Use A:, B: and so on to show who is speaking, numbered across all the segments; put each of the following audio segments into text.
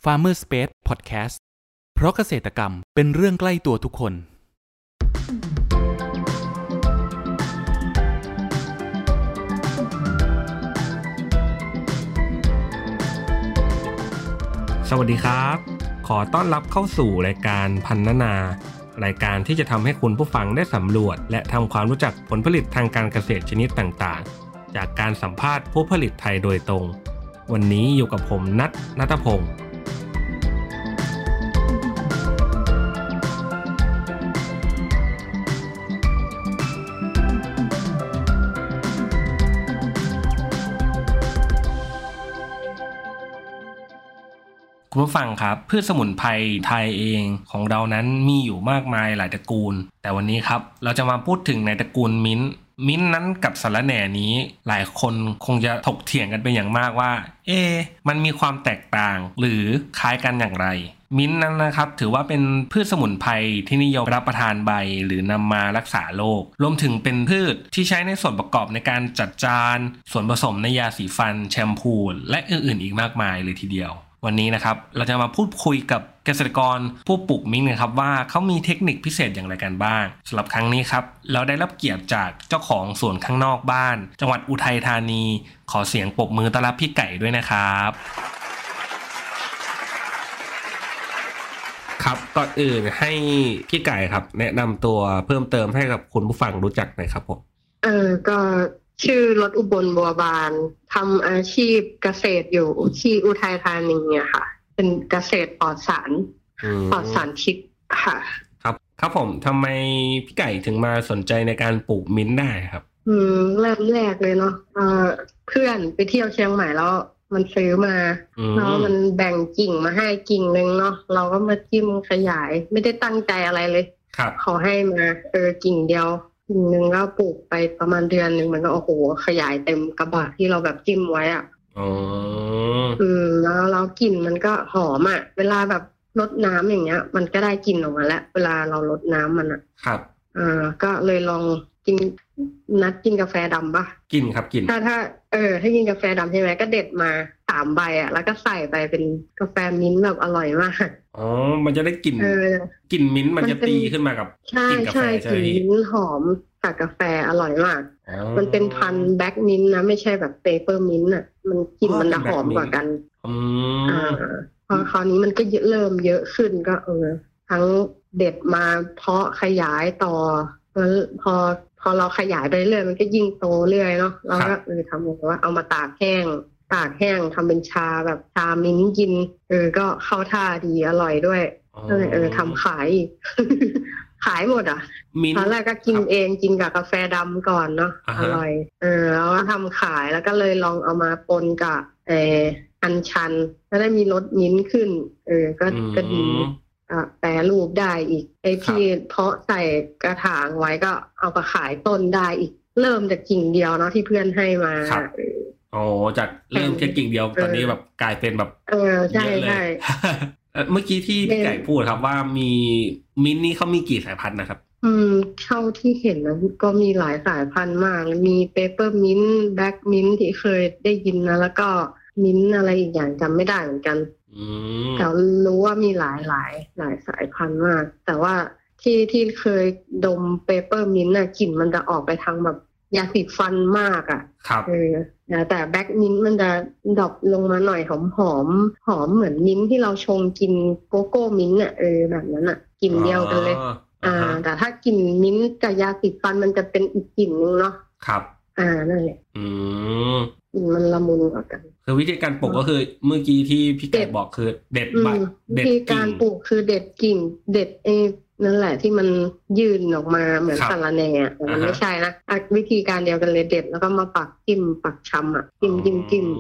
A: Farmer Space Podcast เพราะเกษตรกรรมเป็นเรื่องใกล้ตัวทุกคน
B: สวัสดีครับขอต้อนรับเข้าสู่รายการพันนานารายการที่จะทำให้คุณผู้ฟังได้สำรวจและทำความรู้จักผลผลิตทางการเกษตรชนิดต่างๆจากการสัมภาษณ์ผู้ผลิตไทยโดยตรงวันนี้อยู่กับผมณัฐพงศ์คุณผู้ฟังครับพืชสมุนไพรไทยเองของเรานั้นมีอยู่มากมายหลายตระกูลแต่วันนี้ครับเราจะมาพูดถึงในตระกูลมิ้นท์นั้นกับสะระแหน่นี้หลายคนคงจะถกเถียงกันเป็นอย่างมากว่ามันมีความแตกต่างหรือคล้ายกันอย่างไรมิ้นท์นั้นนะครับถือว่าเป็นพืชสมุนไพรที่นิยมรับประทานใบหรือนำมารักษาโรครวมถึงเป็นพืชที่ใช้ในส่วนประกอบในการจัดจานส่วนผสมในยาสีฟันแชมพูและอื่นๆอีกมากมายเลยทีเดียววันนี้นะครับเราจะมาพูดคุยกับเกษตรกรผู้ปลูกมิ้นท์นะครับว่าเขามีเทคนิคพิเศษอย่างไรกันบ้างสำหรับครั้งนี้ครับเราได้รับเกียรติจากเจ้าของสวนข้างนอกบ้านจังหวัดอุทัยธานีขอเสียงปรบมือต้อนรับพี่ไก่ด้วยนะครับครับก่อนอื่นให้พี่ไก่ครับแนะนำตัวเพิ่มเติมให้กับคุณผู้ฟังรู้จักหน่อยครับผม
C: ก็ชื่อรถอุบลบัวบานทำอาชีพเกษตรอยู่ที่อุทัยธานีอะค่ะเป็นเกษตรปลอดสารพิษค่ะ
B: ครับผมทำไมพี่ไก่ถึงมาสนใจในการปลูกมิ้นท์ได้ครับ
C: เริ่มแรกเลยเนาะเพื่อนไปเที่ยวเชียงใหม่แล้วมันซื้อมาแล้วมันแบ่งกิ่งมาให้กิ่งนึงเนาะเราก็มาจิ้มขยายไม่ได้ตั้งใจอะไรเลยเขาให้มากิ่งเดียวกิ่งนึงก็ปลูกไปประมาณเดือนนึงมันก็โอ้โหขยายเต็มกระบะที่เราแบบจิ้มไว้อ่ะแล้วเรากลิ่นมันก็หอมอ่ะเวลาแบบรดน้ำอย่างเงี้ยมันก็ได้กลิ่นออกมาแล้วเวลาเรารดน้ำมันอ่ะ
B: ครับ
C: ก็เลยลองกินนัดกินกาแฟดำปะ
B: กินครับกิน
C: ถ้าให้กินกาแฟดำใช่ไหมก็เด็ดมา3 ใบอ่ะแล้วก็ใส่ไปเป็นกาแฟมิ้นท์แบบอร่อยมาก
B: มันจะได้กลิ่นมิ้นท์มันจะตีขึ้นมากับกลิ่นกาแฟใช่ไหม
C: กลิ่นมิ้นท์หอมกับกาแฟอร่อยมากมันเป็นพันธุ์แบล็คมิ้นท์นะไม่ใช่แบบเปเปอร์มิ้นท์อ่ะมันกลิ่นมันจะหอมกว่ากันพอคราวนี้มันก็เริ่มเยอะขึ้นก็ทั้งเด็ดมาเพาะขยายต่อแล้วพอเราขยายไปเรื่อยมันก็ยิ่งโตเรื่อยเนาะเราก็ทำแบบว่าเอามาตากแห้งทำเป็นชาแบบชามิ้นท์กินก็เข้าท่าดีอร่อยด้วยก็เลยทำขายขายหมดอ่ะตอนแรกก็กินเองกินกับกาแฟดำก่อนเนาะอร่อยแล้วก็ทำขายแล้วก็เลยลองเอามาปนกับอัญชันก็ได้มีรสมิ้นท์ขึ้นก็ดีแปรรูปได้อีกไอ้ที่เพาะใส่กระถางไว้ก็เอาไปขายต้นได้อีกเริ่มจากกิ่งเดียวเนาะที่เพื่อนให้มา
B: จากเริ่มแค่กิ่งเดียวตอนนี้แบบกลายเป็นแบบ
C: ใช่ใช่
B: เมื่อกี้ที่พี่ไก่พูดครับว่ามีมิ้นท์นี่เขามีกี่สายพันธุ์นะครับ
C: เท่าที่เห็นนะก็มีหลายสายพันธุ์มากมีเปเปอร์มิ้นท์แบล็คมิ้นท์ที่เคยได้ยินนะแล้วก็มิ้นท์อะไรอีกอย่างจำไม่ได้เหมือนกันแต่รู้ว่ามีหลายสายพันธุ์มากแต่ว่าที่เคยดมเปเปอร์มิ้นท์น่ะกลิ่นมันจะออกไปทางแบบยาสีฟันมากอ่ะแต่แบล็คมิ้นท์มันจะดรอปลงมาหน่อยหอมเหมือนมิ้นท์ที่เราชงกินโกโก้มิ้นท์อ่ะแบบนั้นอ่ะกลิ่นเดียวกันเลยแต่ถ้ากลิ่นมิ้นท์กับยาสีฟันมันจะเป็นอีกกลิ่นนึงเนาะ
B: ครับ
C: นั่นแหละมันละมุนกว่ากัน
B: คือวิธีการปลูกก็คือเมื่อกี้ที่พี่ไก่บอกคือเด็ดใบ
C: วิธีการปลูกคือเด็ดกิ่งเด็ดนั่นแหละที่มันยื่นออกมาเหมือนสะระแหน่แต่มันไม่ใช่นะวิธีการเดียวกันเลยเด็ดแล้วก็มาปักจิ้มปักชำอ่ะจิ้ม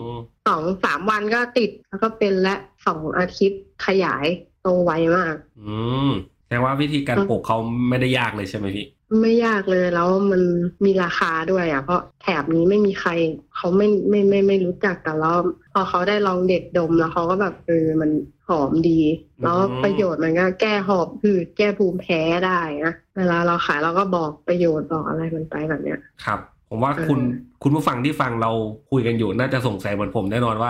C: 2-3 วันก็ติดแล้วก็เป็นและ2 อาทิตย์ขยายโตไวมาก
B: แสดงว่าวิธีการปลูกเขาไม่ได้ยากเลยใช่ไหมพี่
C: ไม่ยากเลยแล้วมันมีราคาด้วยอ่ะเพราะแถบนี้ไม่มีใครเขาไม่รู้จักกันแล้วพอเขาได้ลองเด็ดดมแล้วเขาก็แบบมันหอมดีแล้วประโยชน์มันก็แก้หอบหืดแก้ภูมิแพ้ได้นะเวลาเราขายเราก็บอกประโยชน์บอกอะไรมันไปแบบเนี้ย
B: ครับผมว่าคุณผู้ฟังที่ฟังเราคุยกันอยู่น่าจะสงสัยเหมือนผมแน่นอนว่า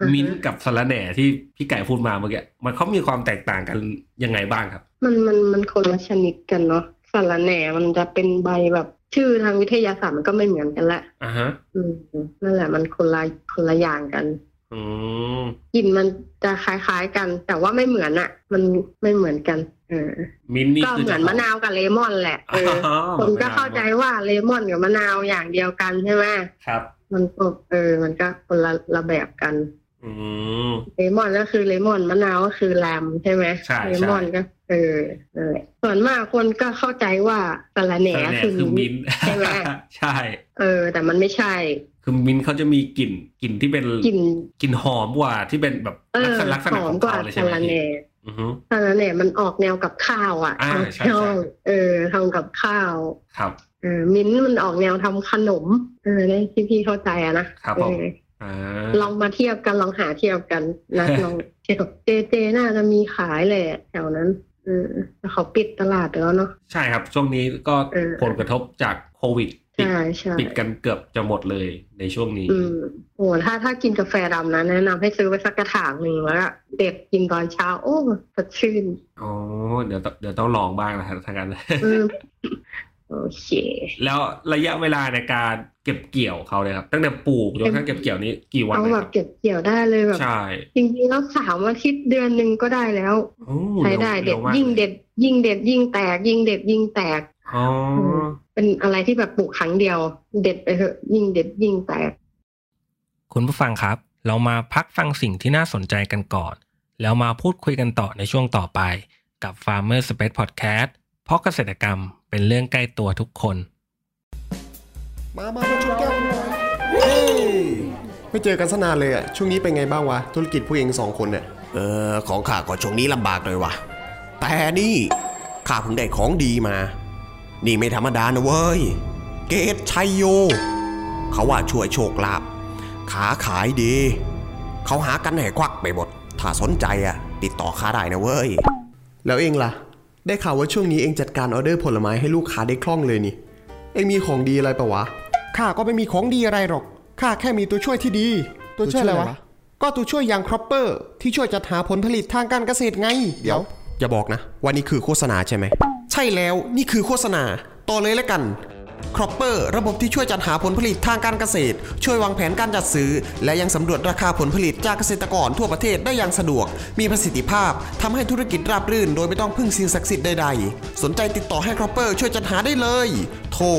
B: มิ้นท์กับสะระแหน่ที่พี่ไก่พูดมาเมื่อกี้มันเขามีความแตกต่างกันยังไงบ้างครับ
C: มันคนละชนิดกันเนาะสะระแหน่มันจะเป็นใบแบบชื่อทางวิทยาศาสตร์มันก็ไม่เหมือนกันละนั่นแหละมันคนละอย่างกันกลิ่นมันจะคล้ายๆกันแต่ว่าไม่เหมือนอ่ะมันไม่เหมือนกัน
B: มิ้นท์นี่
C: ก็เหมือนมะนาวกับเลมอนแหละคนก็เข้าใจว่าเลมอนกับมะนาวอย่างเดียวกันใช่ไหม
B: ครับ
C: มันก็มันก็คนละแบบกันเลมอนก็คือเลมอนมะนาวก็คือแลมใช่ไหมเลมอนก็นั่นแหละส่วนมากคนก็เข้าใจว่าสะระแหน่คือ
B: มิ้นท์
C: ใช่ไหม
B: ใช่
C: แต่มันไม่ใช่
B: คือมิ้นท์เขาจะมีกลิ่นที่เป็นกลิ่นหอมกว่าที่เป็นแบบลักษณะของเขาเลยใช่ไหม
C: สะระแหน่มันออกแนวกับข้าวอ่ะ
B: ใช่
C: ทำกับข้าว
B: ครับ
C: มิ้นท์มันออกแนวทำขนมได้ที่พี่เข้าใจอะนะครับลองมาเทียบกันลองหาเทียบกันนะลองเทียบเจน่าจะมีขายเลยแถวนั้นแต่เขาปิดตลาดไปแล้วเนาะ
B: ใช่ครับช่วงนี้ก็ผลกระทบจากโควิดปิดกันเกือบจะหมดเลยในช่วงนี้
C: โอ้ถ้ากินกาแฟดำนะแนะนำให้ซื้อไปสักกระถางหนึ่งแล้วเด็ดกินตอนเช้าโอ้สดชื่น
B: เดี๋ยวต้องลองบ้างนะครับทางการ
C: โอเค
B: แล้วระยะเวลาในการเก็บเกี่ยวเขาเลยครับตั้งแต่ปลูกจนกระทั่งเก็บเกี่ยวนี้กี่วัน
C: เอาแบบเก็บเกี่ยวได้เลยแบบจริงๆแล้ว3 อาทิตย์เดือนนึงก็ได้แล้วใช้ได้เด็ดยิ่งเด็ดยิ่งแตกยิ่งเด็ดยิ่งแตกเป็นอะไรที่แบบปลูกครั้งเดียวเด็ดไปเถอะยิ่งเด็ดยิ่งแตก
B: คุณผู้ฟังครับเรามาพักฟังสิ่งที่น่าสนใจกันก่อนแล้วมาพูดคุยกันต่อในช่วงต่อไปกับ Farmer Space Podcast เพราะเกษตรกรรมเป็นเรื่องใกล้ตัวทุกคน
D: มาชนแก้วกันหน่อยเฮ้ยไม่เจอกันซะนานเลยอ่ะช่วงนี้เป็นไงบ้างวะธุรกิจพวกเอง2 คนเนี่ย
E: ของข้าก็ช่วงนี้ลำบากเลยวะแต่นี่ข้าเพิ่งได้ของดีมานี่ไม่ธรรมดานะเว้ยเกตชัยโยเขาว่าช่วยโชคลาภขาขายดีเขาหากันให้ควักไปหมดถ้าสนใจอ่ะติดต่อข้าได้นะเว้ย
D: แล้วเองล่ะได้ข่าวว่าช่วงนี้เองจัดการออเดอร์ผลไม้ให้ลูกค้าได้คล่องเลยนี่เองมีของดีอะไรปะวะ
F: ข้าก็ไม่มีของดีอะไรหรอกข้าแค่มีตัวช่วยที่ดีตัวช่วยอะไรวะก็ตัวช่วยอย่างครอปเปอร์ที่ช่วยจัดหาผลผลิตทางการเกษตรไง
D: เดี๋ยวอย่าบอกนะว่านี่คือโฆษณาใช่ไหม
E: ใช่แล้วนี่คือโฆษณาต่อเลยแล้วกันครอปเปอร์ระบบที่ช่วยจัดหาผลผลิตทางการเกษตรช่วยวางแผนการจัดซื้อและยังสำรวจราคาผลผลิตจากเกษตรกรทั่วประเทศได้อย่างสะดวกมีประสิทธิภาพทำให้ธุรกิจราบรื่นโดยไม่ต้องพึ่งสิ่งศักดิ์สิทธิ์ใดๆสนใจติดต่อให้ครอปเปอร์ช่วยจัดหาได้เลยโทร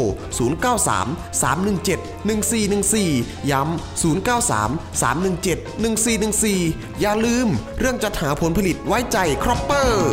E: 0933171414ย้ำ0933171414อย่าลืมเรื่องจัดหาผลผลิตไว้ใจครอปเปอร์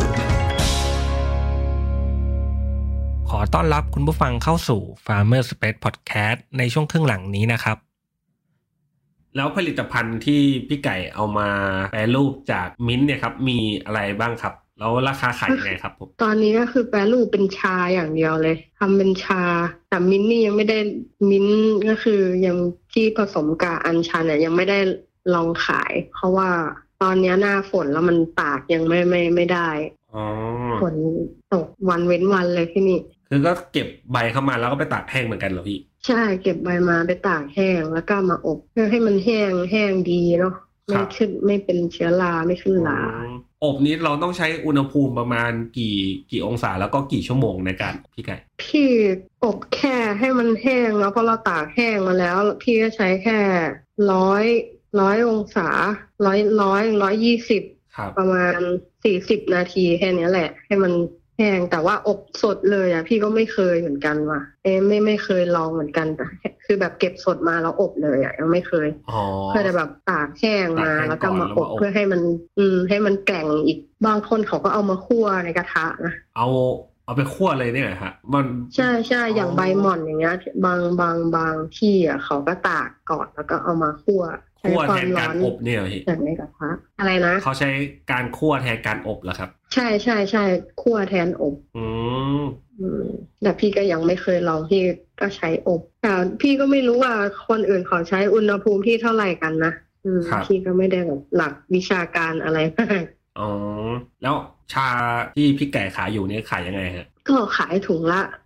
B: ขอต้อนรับคุณผู้ฟังเข้าสู่ Farmer Space Podcast ในช่วงครึ่งหลังนี้นะครับแล้วผลิตภัณฑ์ที่พี่ไก่เอามาแปรรูปจากมิ้นท์เนี่ยครับมีอะไรบ้างครับแล้วราคาขายยังไงครับผม
C: ตอนนี้ก็คือแปรรูปเป็นชาอย่างเดียวเลยทำเป็นชาแต่มิ้นท์นี่ยังไม่ได้มิ้นท์ก็คือยังที่ผสมกับอัญชันเนี่ยยังไม่ได้ลองขายเพราะว่าตอนนี้หน้าฝนแล้วมันตากยังไม่ได้ฝนตกวันเว้นวันเลยที่นี่
B: คือก็เก็บใบเข้ามาแล้วก็ไปตากแห้งเหมือนกันเหรอพี่
C: ใช่เก็บใบมาไปตากแห้งแล้วก็มาอบเพื่อให้มันแห้งดีเนาะไม่เป็นเชื้อราไม่ขึ้นรา
B: อบนี้เราต้องใช้อุณหภูมิประมาณกี่องศาแล้วก็กี่ชั่วโมงในการพี่ไก่
C: พี่อบแค่ให้มันแห้งแล้วพอเราตากแห้งมาแล้วพี่ก็ใช้แค่100องศา120ประมาณ40 นาทีแค่นี้แหละให้มันแห้งแต่ว่าอบสดเลยอ่ะพี่ก็ไม่เคยเหมือนกันว่ะไม่เคยลองเหมือนกันแต่คือแบบเก็บสดมาแล้วอบเลยอ่ะยังไม่เคยเพื่อจะแบบตากแห้งมาแล้วก็มาอบเพื่อให้มันแกร่งอีกบางคนเขาก็เอามาคั่วในกระทะนะ
B: เอาไปคั่วเลยเนี่ยฮะมัน
C: ใช่อย่างใบหม่อนอย่างเงี้ยบางที่อ่ะเขาก็ตากก่อนแล้วก็เอามาคั่ว
B: แทนการอบเนี่ย
C: จากในกระทะอะไรนะ
B: เขาใช้การคั่วแทนการอบเหรอครับ
C: ใช่คั่วแทนอบแต่พี่ก็ยังไม่เคยลองพี่ก็ใช้อบแต่พี่ก็ไม่รู้ว่าคนอื่นเขาใช้อุณหภูมิที่เท่าไหร่กันนะพี่ก็ไม่ได้แบบหลักวิชาการอะไรมาก
B: แล้วชาที่พี่ไก่ขายอยู่นี่ขายยังไงฮะ
C: ก็ขายถุงละ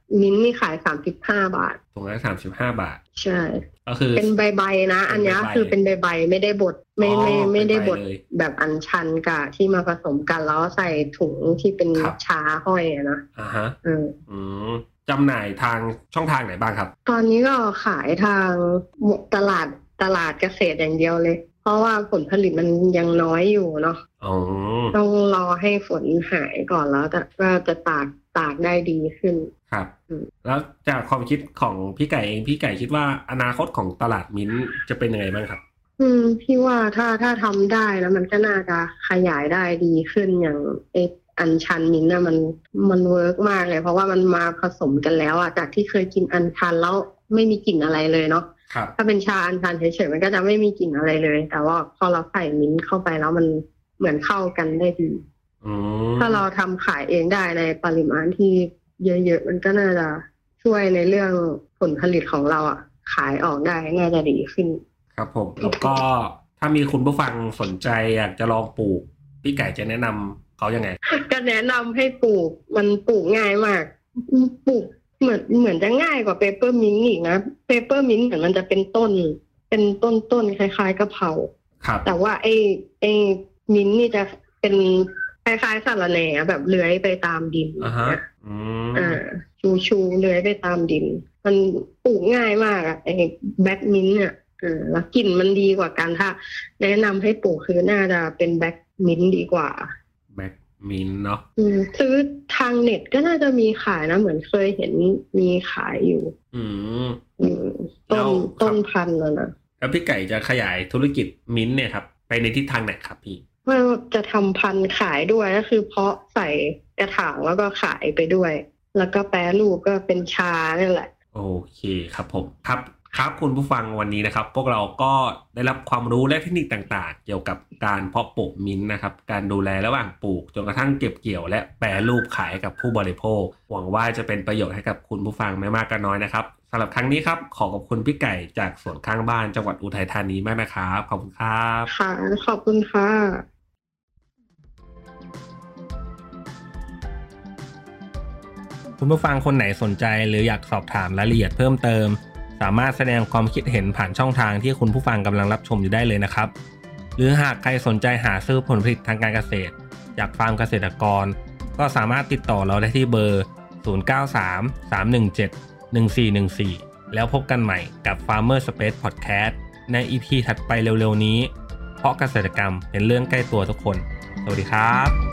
C: มิ้นท์นี่ขาย35 บาท
B: ถุงละ35 บาท
C: ใช่
B: ก็คือ
C: เป็นใบๆนะอันนี้คือเป็นใบๆไม่ได้บดไม่ได้บดแบบอัญชันกับที่มาผสมกันแล้วใส่ถุงที่เป็นชาห้อยนะ
B: ฮะจำหน่ายทางช่องทางไหนบ้างครับ
C: ตอนนี้ก็ขายทางตลาดเกษตรอย่างเดียวเลยเพราะว่าผลผลิตมันยังน้อยอยู่เนาะต้องรอให้ฝนหายก่อนแล้วก็จะตากได้ดีขึ้น
B: ครับแล้วจากความคิดของพี่ไก่เองพี่ไก่คิดว่าอนาคตของตลาดมิ้นท์จะเป็นยังไงบ้างครับ
C: พี่ว่าถ้าทำได้แล้วมันก็น่าจะขยายได้ดีขึ้นอย่างอัญชันมิ้นท์นะมันเวิร์กมากเลยเพราะว่ามันมาผสมกันแล้วอ่ะจากที่เคยกินอัญชันแล้วไม่มีกลิ่นอะไรเลยเนาะถ้าเป็นชาอัญชันเฉยๆมันก็จะไม่มีกลิ่นอะไรเลยแต่ว่าพอเราใส่มิ้นท์เข้าไปแล้วมันเหมือนเข้ากันได้ดีถ้าเราทำขายเองได้ในปริมาณที่เยอะๆมันก็น่าจะช่วยในเรื่องผลผลิตของเราอ่ะขายออกได้น่าจะดีขึ้น
B: ครับผมแล้วก็ถ้ามีคุณผู้ฟังสนใจอยากจะลองปลูกพี่ไก่จะแนะนำเขายังไง
C: ก็แนะนำให้ปลูกมันปลูกง่ายมากปลูกเหมือนจะง่ายกว่าเปเปอร์มินต์อีกนะเปเปอร์มินต์เหมือนมันจะเป็นต้นคล้ายๆกะเพราแต่ว่าไอ้มินต์นี่จะเป็นคล้ายๆสาระแหน่แบบเลื้อยไปตามดินชูเลื้อยไปตามดินมันปลูกง่ายมากไอ้แบล็คมินต์เนี่ยแล้วกลิ่นมันดีกว่ากันถ้าแนะนำให้ปลูกคือน่าจะเป็นแบล็คมินต์ดีกว่า
B: แบล็คมินต์เนาะ
C: ซื้อทางเน็ตก็น่าจะมีขายนะเหมือนเคยเห็นมีขายอยู่ต้นพันธุ์นะ
B: แล้วพี่ไก่จะขยายธุรกิจมิ้นท์เนี่ยครับไปในทิศทางไหนครับพี่
C: ว่าจะทำพันธุ์ขายด้วยก็คือเพาะใส่กระถางแล้วก็ขายไปด้วยแล้วก็แปรรูปก็เป็นชานั่นแหละ
B: โอเคครับผมครับคุณผู้ฟังวันนี้นะครับพวกเราก็ได้รับความรู้และเทคนิคต่างๆเกี่ยวกับการเพาะปลูกมิ้นท์นะครับการดูแลระหว่างปลูกจนกระทั่งเก็บเกี่ยวและแปรรูปขายกับผู้บริโภคหวังว่าจะเป็นประโยชน์ให้กับคุณผู้ฟังไม่มากก็น้อยนะครับสำหรับครั้งนี้ครับขอบคุณพี่ไก่จากสวนข้างบ้านจังหวัดอุทัยธานีมากนะครับขอบคุณครับ
C: ค่ะขอบคุณค่ะ
B: คุณผู้ฟังคนไหนสนใจหรืออยากสอบถามรายละเอียดเพิ่มเติมสามารถแสดงความคิดเห็นผ่านช่องทางที่คุณผู้ฟังกำลังรับชมอยู่ได้เลยนะครับหรือหากใครสนใจหาซื้อผลผลิตทางการเกษตรจากฟาร์มเกษตรกรก็สามารถติดต่อเราได้ที่เบอร์0933171414แล้วพบกันใหม่กับ Farmer Space Podcast ใน EP ถัดไปเร็วๆนี้เพราะเกษตรกรรมเป็นเรื่องใกล้ตัวทุกคนสวัสดีครับ